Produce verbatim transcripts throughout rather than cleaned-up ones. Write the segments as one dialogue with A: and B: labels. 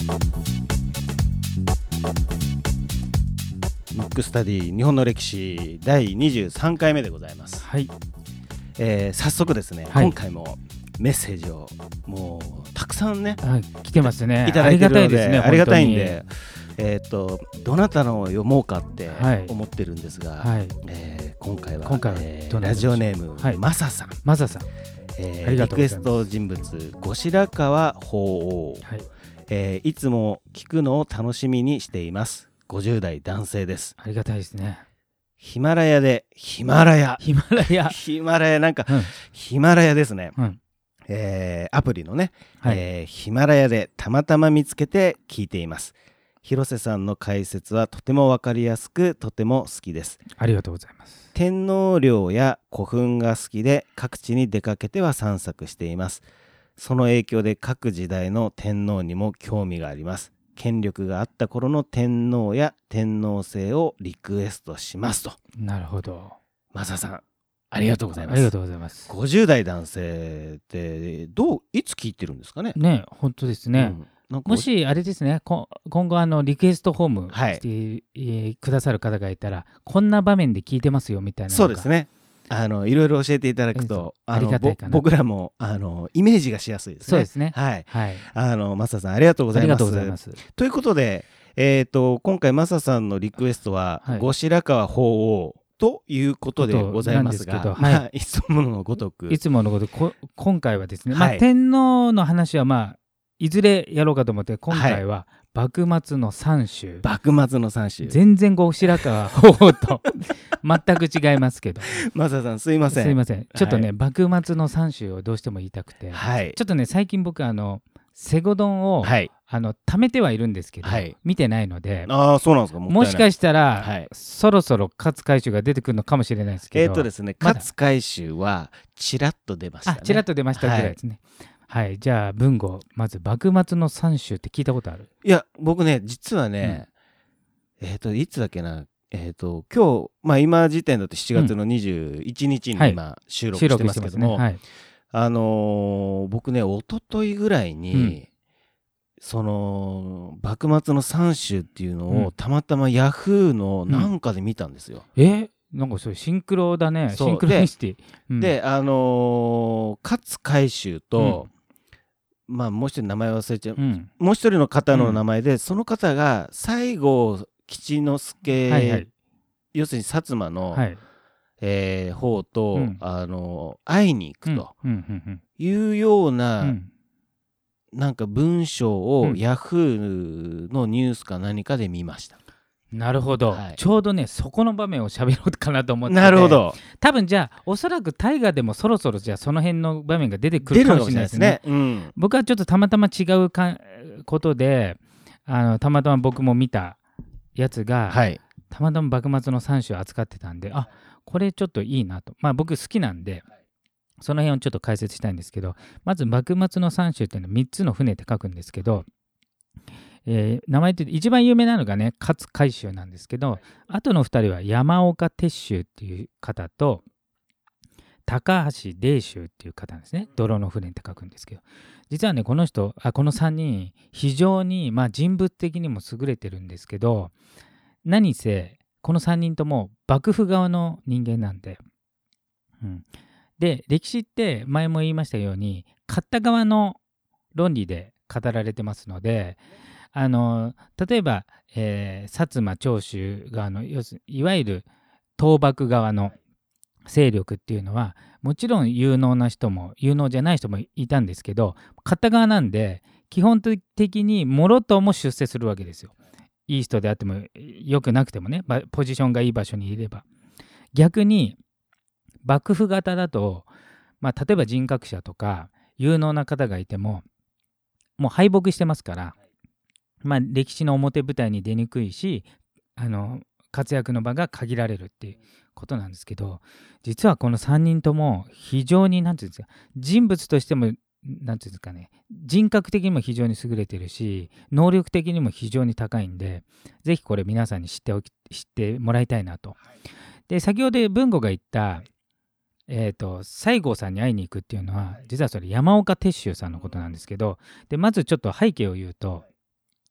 A: ムックスタディ日本の歴史だいにじゅうさんかいめでございます。
B: はい、
A: えー、早速ですね、はい、今回もメッセージをもうたくさんね、
B: はい、来てますね。
A: いただいてるので、
B: ありがたいですね。
A: ありがたいんで、えー、とどなたのを読もうかって思ってるんですが、はい、えー、今回は、
B: 今回は
A: えー、ラジオネーム、はい、マサさん
B: マサさん、
A: えー、リクエスト人物後白河法皇、はい、えー、いつも聞くのを楽しみにしています。ごじゅう代男性です。
B: ありがたいですね。
A: ヒマラヤでヒマラヤ
B: ヒマラヤ
A: ヒマラヤなんか、うん、ヒマラヤですね、うん、えー、アプリのね、はい、えー、ヒマラヤでたまたま見つけて聞いています。広瀬さんの解説はとても分かりやすくとても好きです。
B: ありがとうございます。
A: 天皇陵や古墳が好きで各地に出かけては散策しています。その影響で各時代の天皇にも興味があります。権力があった頃の天皇や天皇制をリクエストしますと。
B: なるほど。
A: マサさんありがとうございます。
B: ありがとうございます。
A: ごじゅう代男性ってどういつ聞いてるんですかね。
B: ね、本当ですね、うん、もしあれですね、今後あのリクエストフォームして、はいえー、くださる方がいたらこんな場面で聞いてますよみたいなのが。
A: そうですね、あのいろいろ教えていただくとありがたいかな。僕らもあのイメージがしやすいですね。
B: そうですね、
A: はい、はい、あのマサさんありがとうございます。ありがとうございます。ということで、えー、と今回マサさんのリクエストは、はい、後白河法皇ということでございますが、
B: はい
A: まあ、いつものごとく
B: いつものごとく今回はですね、はいまあ、天皇の話はまあいずれやろうかと思って今回は幕末の三種、
A: 幕末の三種
B: 全然後白河法皇と全く違いますけど
A: マサさんすいません
B: すいませんちょっとね、はい、幕末の三種をどうしても言いたくて、はい、ちょっとね最近僕あのセゴドンを、はい、あの貯めてはいるんですけど、はい、見てないので、
A: あそうなんですか。 も,
B: もしかしたら、はい、そろそろ勝海舟が出てくるのかもしれないですけど、
A: えーとですね、勝海舟はちらっと出ましたね。
B: あちらっと出ましたぐらいですね。はい、はい、じゃあ文豪まず幕末の三種って聞いたことある？
A: いや僕ね実はね、うん、えっ、ー、といつだっけなえーと今日、まあ、今時点だとしちがつのにじゅういちにちに今収録してますけども、うんはいねはい、あのー、僕ね一昨日ぐらいに、うんその幕末の三種っていうのを、うん、たまたまヤフーのなんかで見たんですよ、
B: うん、えなんかそれシンクロだね。シンクロニシティ
A: で,、うん、であのー、勝海舟と、うん、まあもう一人名前忘れちゃう、うん、もう一人の方の名前で、うん、その方が西郷吉之助、はいはい、要するに薩摩の、はいえー、方と、うん、あのー、会いに行くというような、うんなんか文章をヤフーのニュースか何かで見ました、
B: うん、なるほど、はい、ちょうどねそこの場面を喋ろうかなと思ってて。
A: なるほど。
B: 多分じゃあおそらく大河でもそろそろじゃあその辺の場面が出てくるかもしれないですね。
A: うん、
B: 僕はちょっとたまたま違うかことであのたまたま僕も見たやつが、はい、たまたま幕末の三種を扱ってたんで、あこれちょっといいなと。まあ僕好きなんでその辺をちょっと解説したいんですけど、まず幕末の三種っていうのはみっつの船って書くんですけど、えー、名前って一番有名なのがね勝海舟なんですけど、あとのふたりは山岡鉄舟っていう方と高橋泥舟っていう方なんですね。泥の船って書くんですけど、実はねこの人あこのさんにん非常に、まあ、人物的にも優れてるんですけど、何せこのさんにんとも幕府側の人間なんで、うんで歴史って前も言いましたように勝った側の論理で語られてますので、あの例えば、えー、薩摩長州側の要するいわゆる倒幕側の勢力っていうのはもちろん有能な人も有能じゃない人もいたんですけど、勝った側なんで基本的にもろとも出世するわけですよ。いい人であってもよくなくてもね、ポジションがいい場所にいれば。逆に幕府型だと、まあ、例えば人格者とか有能な方がいてももう敗北してますから、まあ、歴史の表舞台に出にくいしあの活躍の場が限られるっていうことなんですけど、実はこのさんにんとも非常に何て言うんですか、人物としても何て言うんですかね、人格的にも非常に優れてるし能力的にも非常に高いんで、ぜひこれ皆さんに知っておき知ってもらいたいなと。で先ほど文吾が言ったえーと、西郷さんに会いに行くっていうのは実はそれ山岡鉄舟さんのことなんですけど、でまずちょっと背景を言うと、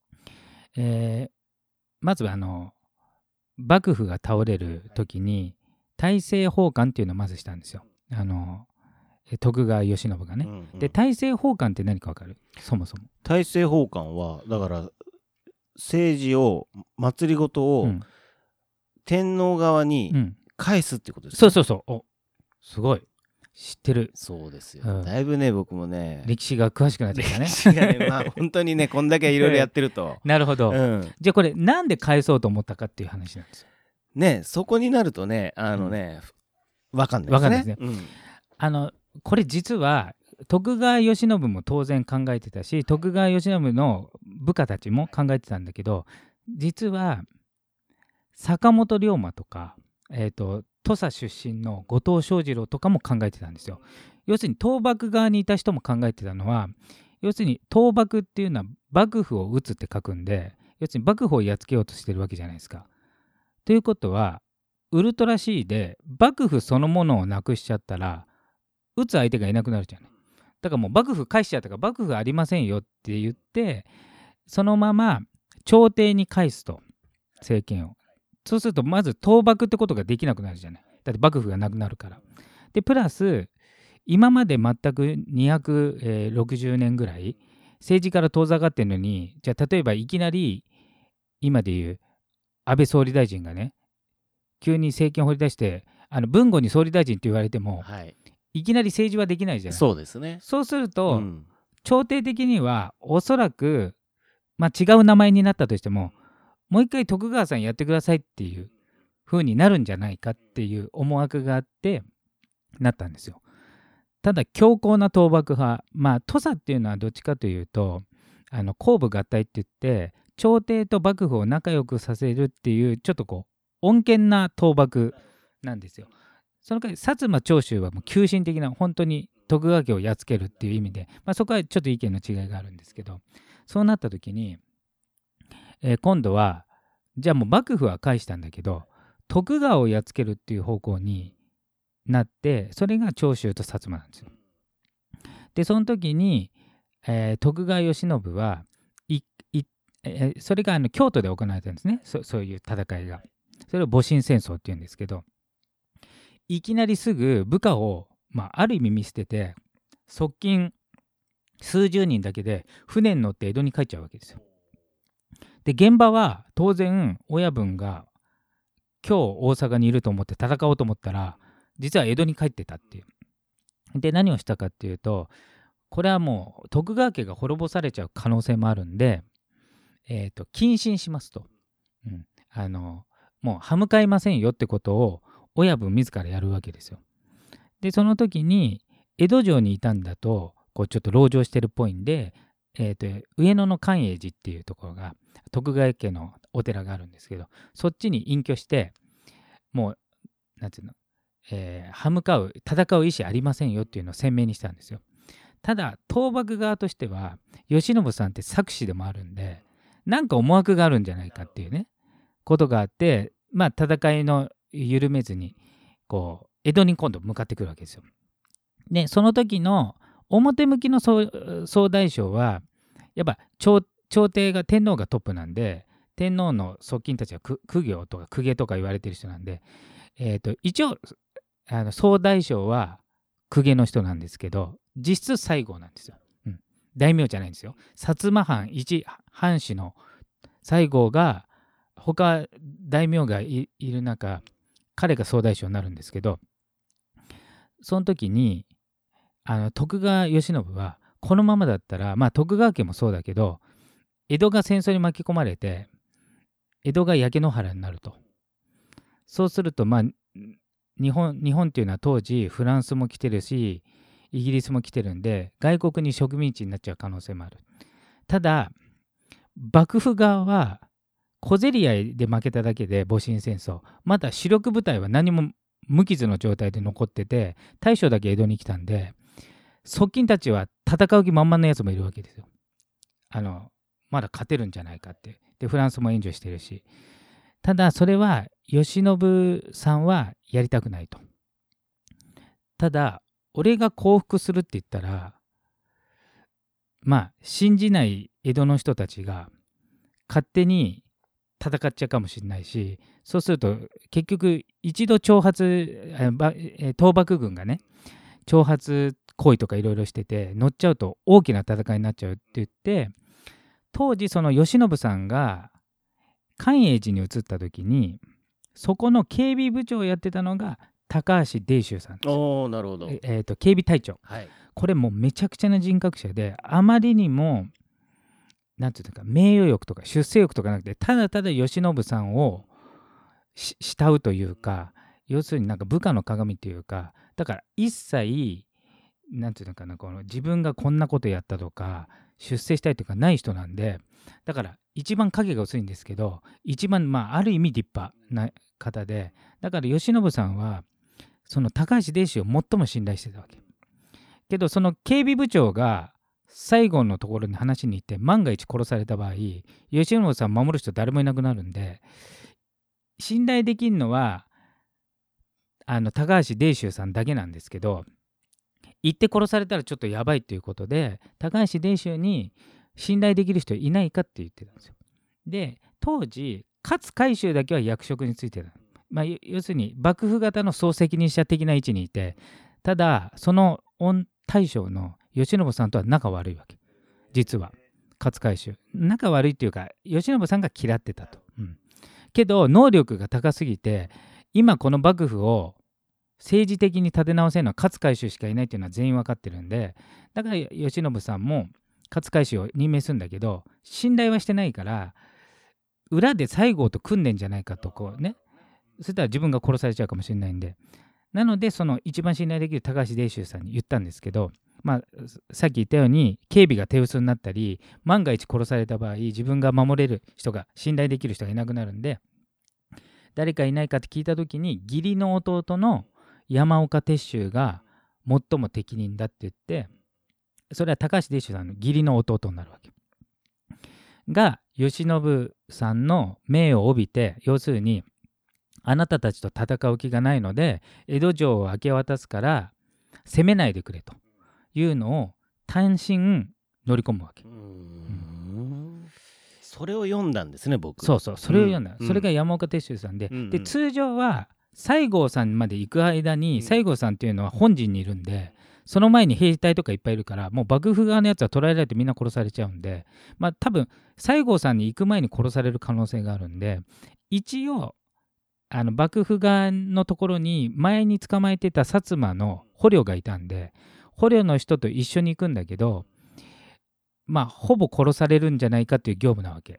B: えー、まずあの幕府が倒れる時に大政奉還っていうのをまずしたんですよ。あの徳川慶喜がね、うんうん、で大政奉還って何か分かる？そもそも
A: 大政奉還はだから政治を祭りごとを天皇側に返すってことです
B: ね、うん、そうそうそう、おすごい知ってる。
A: そうですよ、うん、だいぶね僕もね
B: 歴史が詳しくなってきたね。
A: 歴史がねまあ本当にねこんだけいろいろやってると
B: なるほど、うん、じゃあこれなんで返そうと思ったかっていう話なんですよ
A: ね。そこになるとねあのね、うん、分かんないですね。
B: 分かんないですね、うん、あのこれ実は徳川慶喜も当然考えてたし徳川慶喜の部下たちも考えてたんだけど、実は坂本龍馬とか、えーと、土佐出身の後藤象二郎とかも考えてたんですよ。要するに倒幕側にいた人も考えてたのは、要するに倒幕っていうのは幕府を討つって書くんで、要するに幕府をやっつけようとしてるわけじゃないですか。ということはウルトラ C で幕府そのものをなくしちゃったら撃つ相手がいなくなるじゃない。だからもう幕府返しちゃったから幕府ありませんよって言ってそのまま朝廷に返すと政権を。そうするとまず倒幕ってことができなくなるじゃない。だって幕府がなくなるから。でプラス今まで全くにひゃくろくじゅうねんぐらい政治から遠ざかってるのに、じゃあ例えばいきなり今でいう安倍総理大臣がね急に政権を掘り出してあの文後に総理大臣って言われても、はい、いきなり政治はできないじゃない。
A: そうですね。
B: そうすると、うん、朝廷的にはおそらく、まあ、違う名前になったとしてももう一回徳川さんやってくださいっていう風になるんじゃないかっていう思惑があってなったんですよ。ただ強硬な倒幕派、まあ土佐っていうのはどっちかというとあの公武合体って言って朝廷と幕府を仲良くさせるっていうちょっとこう穏健な倒幕なんですよ。その代わり薩摩長州はもう急進的な本当に徳川家をやっつけるっていう意味で、まあ、そこはちょっと意見の違いがあるんですけど、そうなった時に、えー、今度はじゃあもう幕府は返したんだけど徳川をやっつけるっていう方向になって、それが長州と薩摩なんですよ。でその時に、えー、徳川慶喜はいい、えー、それがあの京都で行われたんですね。 そ, そういう戦いが。それを戊辰戦争っていうんですけど、いきなりすぐ部下を、まあ、ある意味見捨てて側近数十人だけで船に乗って江戸に帰っちゃうわけですよ。で現場は当然親分が今日大阪にいると思って戦おうと思ったら実は江戸に帰ってたっていう。で何をしたかっていうと、これはもう徳川家が滅ぼされちゃう可能性もあるんで、えーと謹慎しますと、うん、あのもう歯向かいませんよってことを親分自らやるわけですよ。でその時に江戸城にいたんだとこうちょっと籠城してるっぽいんで、えー、と上野の寛永寺っていうところが徳川家のお寺があるんですけど、そっちに隠居してもうなんていうの、えー、歯向かう戦う意思ありませんよっていうのを鮮明にしたんですよ。ただ倒幕側としては慶喜さんって策士でもあるんでなんか思惑があるんじゃないかっていうねことがあって、まあ戦いの緩めずにこう江戸に今度向かってくるわけですよ。でその時の表向きの総大将はやっぱ 朝, 朝廷が天皇がトップなんで天皇の側近たちは公卿とか公家とか言われてる人なんで、えー、と一応あの総大将は公家の人なんですけど実質西郷なんですよ、うん、大名じゃないんですよ。薩摩藩一藩士の西郷が他大名が い, いる中彼が総大将になるんですけど、その時にあの徳川慶喜はこのままだったら、まあ徳川家もそうだけど江戸が戦争に巻き込まれて江戸が焼け野原になると。そうするとまあ日本日本っていうのは当時フランスも来てるしイギリスも来てるんで外国に植民地になっちゃう可能性もある。ただ幕府側は小競り合いで負けただけで戊辰戦争まだ主力部隊は何も無傷の状態で残ってて大将だけ江戸に来たんで側近たちは戦う気満々のやつもいるわけですよ。あのまだ勝てるんじゃないかって。でフランスも援助してるし、ただそれは慶喜さんはやりたくないと。ただ俺が降伏するって言ったらまあ信じない江戸の人たちが勝手に戦っちゃうかもしれないし、そうすると結局一度挑発討幕軍がね挑発行為とかいろいろしてて乗っちゃうと大きな戦いになっちゃうって言って、当時その慶喜さんが寛永寺に移った時にそこの警備部長をやってたのが高橋伝秀さんです。
A: おー、なるほど。
B: ええーと警備隊長、はい、これもうめちゃくちゃな人格者で、あまりにもなんていうか名誉欲とか出世欲とかなくて、ただただ慶喜さんを慕うというか、要するになんか部下の鏡というか、だから一切なんていうのかな、この自分がこんなことやったとか出世したいとかない人なんで、だから一番影が薄いんですけど、一番まあある意味立派な方で、だから慶喜さんはその高橋伝氏を最も信頼してたわけ。けどその警備部長が最後のところに話しに行って万が一殺された場合、慶喜さん守る人誰もいなくなるんで、信頼できるのはあの高橋伝秀さんだけなんですけど、行って殺されたらちょっとやばいということで、高橋伝秀に信頼できる人いないかって言ってたんですよ。で、当時勝海舟だけは役職についてた、まあ、要するに幕府型の総責任者的な位置にいて、ただその大将の慶喜さんとは仲悪いわけ、実は勝海舟仲悪いっていうか慶喜さんが嫌ってたと、うん、けど能力が高すぎて今この幕府を政治的に立て直せるのは勝海舟しかいないっていうのは全員分かってるんで、だから慶喜さんも勝海舟を任命するんだけど、信頼はしてないから裏で西郷と組んでんじゃないかとこうね、そしたら自分が殺されちゃうかもしれないんで、なのでその一番信頼できる高橋伝秀さんに言ったんですけど、まあ、さっき言ったように警備が手薄になったり万が一殺された場合自分が守れる人が信頼できる人がいなくなるんで、誰かいないかって聞いた時に義理の弟の山岡鉄舟が最も適任だって言って、それは高橋伝秀さんの義理の弟になるわけが、慶喜さんの命を帯びて、要するにあなたたちと戦う気がないので江戸城を明け渡すから攻めないでくれというのを単身乗り込むわけ。うーん、
A: うん、それを読んだんですね、僕。
B: そうそう、それを読んだ、うん、それが山岡鉄舟さんで、うんうん、で通常は西郷さんまで行く間に、うん、西郷さんっていうのは本陣にいるんで、その前に兵隊とかいっぱいいるから、もう幕府側のやつは捕らえられてみんな殺されちゃうんで、まあ多分西郷さんに行く前に殺される可能性があるんで、一応あの幕府側のところに前に捕まえてた薩摩の捕虜がいたんで、捕虜の人と一緒に行くんだけど、まあほぼ殺されるんじゃないかっていう業務なわけだから、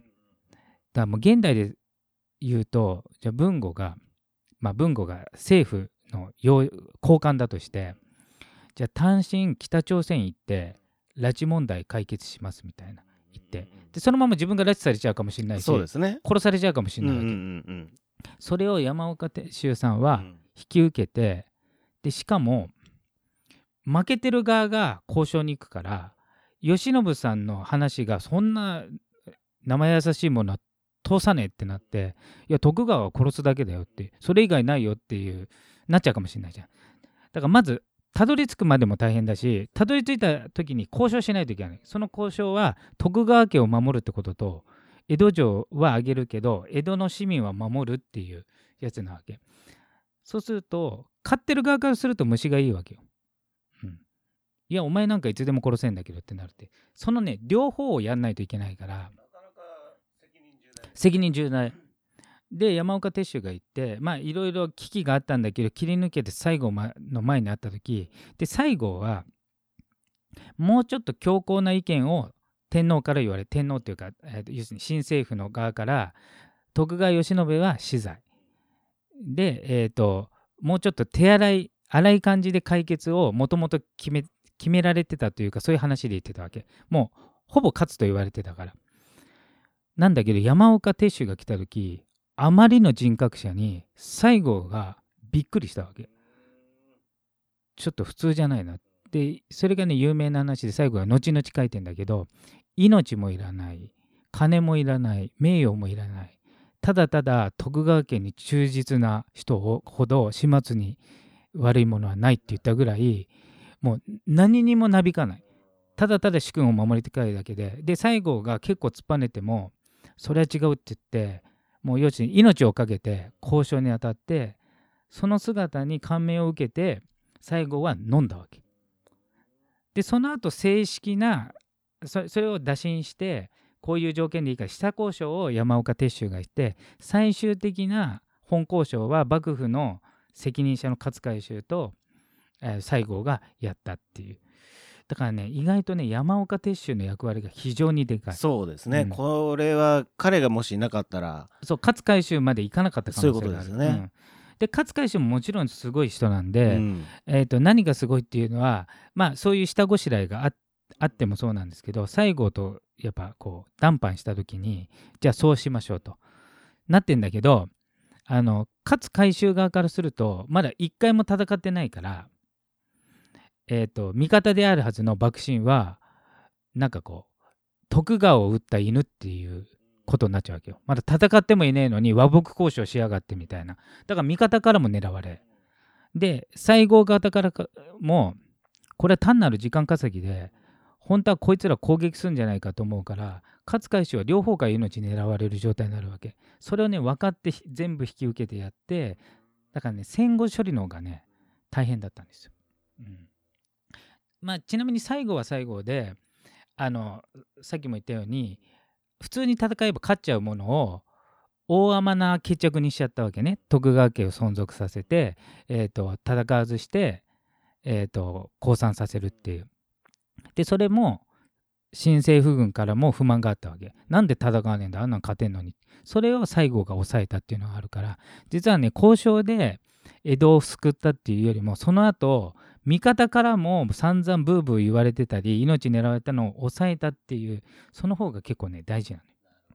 B: もう現代で言うと、じゃあ文吾がまあ文吾が政府の高官だとして、じゃあ単身北朝鮮行って拉致問題解決しますみたいな言って、でそのまま自分が拉致されちゃうかもしれないし、
A: そうですね、
B: 殺されちゃうかもしれないわけ、うんうんうん、それを山岡鉄舟さんは引き受けて、でしかも負けてる側が交渉に行くから、慶喜さんの話がそんな生優しいものは通さねえってなって、いや徳川は殺すだけだよって、それ以外ないよっていうなっちゃうかもしれないじゃん。だからまずたどり着くまでも大変だし、たどり着いた時に交渉しないといけない。その交渉は徳川家を守るってことと、江戸城はあげるけど江戸の市民は守るっていうやつなわけ。そうすると勝ってる側からすると虫がいいわけよ、うん、いやお前なんかいつでも殺せんだけどってなるって、そのね両方をやんないといけないから、なかなか責任重大責任重大で、山岡鉄舟が行って、まあいろいろ危機があったんだけど切り抜けて西郷の前にあった時で、西郷はもうちょっと強硬な意見を天皇から言われ、天皇というか、えー、要するに新政府の側から徳川慶喜は死罪で、えーと、もうちょっと手荒い荒い感じで解決をもともと決め決められてたというか、そういう話で言ってたわけ。もうほぼ勝つと言われてたからなんだけど、山岡鉄舟が来た時、あまりの人格者に西郷がびっくりしたわけ。ちょっと普通じゃないな。でそれがね有名な話で、西郷は後々書いてんだけど、命もいらない、金もいらない、名誉もいらない、ただただ徳川家に忠実な人ほど始末に悪いものはないって言ったぐらい、もう何にもなびかない、ただただ主君を守りたいだけで、で西郷が結構突っぱねてもそれは違うって言ってもう要するに命を懸けて交渉に当たって、その姿に感銘を受けて西郷は飲んだわけで、その後正式な そ, それを打診して、こういう条件でいいから下交渉を山岡鉄舟がして、最終的な本交渉は幕府の責任者の勝海舟と、えー、西郷がやったっていう。だからね、意外とね、山岡鉄舟の役割が非常にでかい。
A: そうですね、うん、これは彼がもしいなかったら、
B: そう勝海舟までいかなかった可能性がある。
A: そういうことですね、うん、
B: で勝海舟ももちろんすごい人なんで、うん、えーと、何がすごいっていうのは、まあそういう下ごしらえが あ, あってもそうなんですけど、西郷とやっぱこう談判した時に、じゃあそうしましょうとなってんだけど、あの勝海舟側からするとまだ一回も戦ってないから、えーと、味方であるはずの幕臣はなんかこう徳川を撃った犬っていうことになっちゃうわけよ。まだ戦ってもいねえのに和睦交渉しやがってみたいな。だから味方からも狙われで、西郷方からもこれは単なる時間稼ぎで、本当はこいつら攻撃するんじゃないかと思うから、勝海舟は両方から命狙われる状態になるわけ。それをね分かって全部引き受けてやって、だからね戦後処理の方がね大変だったんですよ。うんまあ、ちなみに西郷は西郷で、あのさっきも言ったように普通に戦えば勝っちゃうものを大甘な決着にしちゃったわけね。徳川家を存続させて、えー、と戦わずして、えー、と降参させるっていう。でそれも新政府軍からも不満があったわけ。なんで戦わねえんだ、あんなん勝てんのに。それを西郷が抑えたっていうのがあるから、実はね交渉で江戸を救ったっていうよりも、その後味方からも散々ブーブー言われてたり命狙われたのを抑えたっていう、その方が結構ね大事なのよ。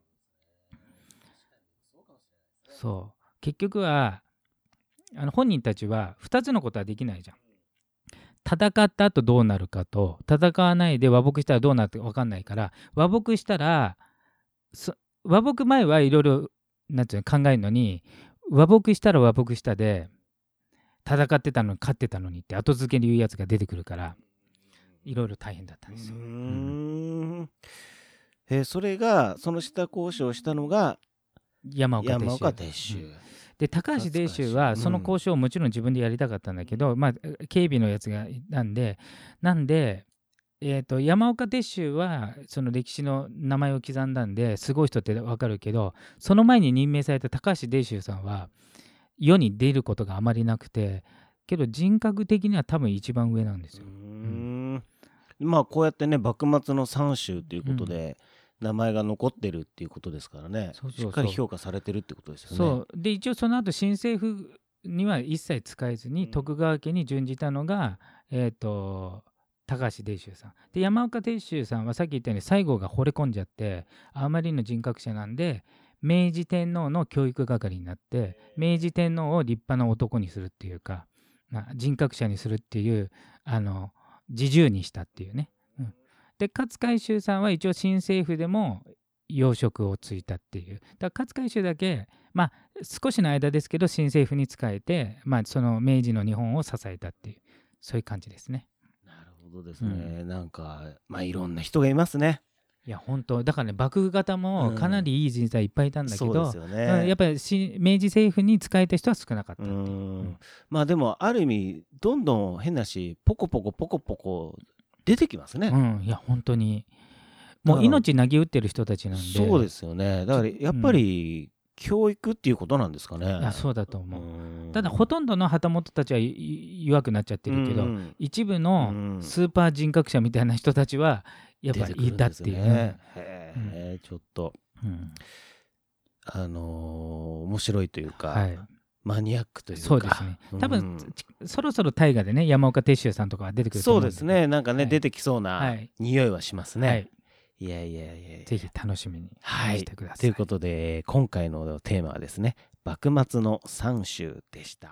B: そう結局はあの本人たちはふたつのことはできないじゃん。戦った後どうなるかと、戦わないで和睦したらどうなるか分かんないから、和睦したら和睦前はいろいろなんていうの考えるのに、和睦したら和睦したで戦ってたのに勝ってたのにって後付けに言うやつが出てくるから、いろいろ大変だったんですよ。うーん、
A: うんえー、それがその下交渉したのが
B: 山岡鉄舟、うん、で高橋伝州はその交渉をもちろん自分でやりたかったんだけど、うんまあ、警備のやつがなんでなんで、えー、と山岡鉄舟はその歴史の名前を刻んだんですごい人って分かるけど、その前に任命された高橋伝州さんは世に出ることがあまりなくて、けど人格的には多分一番上なんですよ。うーん、
A: うん、まあこうやってね幕末の三州ということで、うん、名前が残ってるっていうことですからね。そうそうそう、しっかり評価されてるってことですよね。
B: そうで一応その後新政府には一切使えずに、うん、徳川家に準じたのが、えーと高橋伝州さんで、山岡鉄舟さんはさっき言ったように西郷が惚れ込んじゃってあまりの人格者なんで、明治天皇の教育係になって明治天皇を立派な男にするっていうか、まあ、人格者にするっていうあの自重にしたっていうね、うん、で勝海舟さんは一応新政府でも要職をついたっていう。だから勝海舟だけまあ少しの間ですけど新政府に仕えて、まあ、その明治の日本を支えたっていう、そういう感じですね。
A: なるほどですね、うん、なんかまあいろんな人がいますね。
B: いや本当だからね、幕府方もかなりいい人材いっぱいいたんだけど、うん、そうですよね、うん、やっぱり明治政府に仕えた人は少なかったっていう。うん、
A: まあでもある意味どんどん変なしポコポコポコポコ出てきますね。
B: うん、いや本当にもう命なぎ打ってる人たちなんで。
A: そうですよね。だからやっぱり教育っていうことなんですかね。
B: いやそうだと思う。うただほとんどの旗本たちは弱くなっちゃってるけど、うん、一部のスーパー人格者みたいな人たちはやっぱいたっていう。ね、
A: へえ、うん、ちょっと、うん、あのー、面白いというか、はい、マニアックというか。
B: そうですね。多分、うん、そろそろ大河でね山岡鉄舟さんとかが出てくると思うんで。
A: そうですね。なんかね、はい、出てきそうな匂いはしますね。はい、いやいやいや、
B: ぜひ楽しみにしてください。はい、
A: ということで今回のテーマはですね、幕末の三州でした。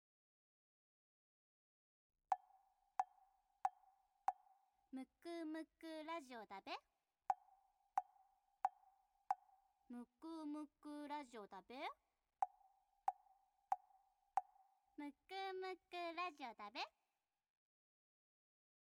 C: むくむくラジオだべ。むくむくラジオだべ。むくむくラジオだべ。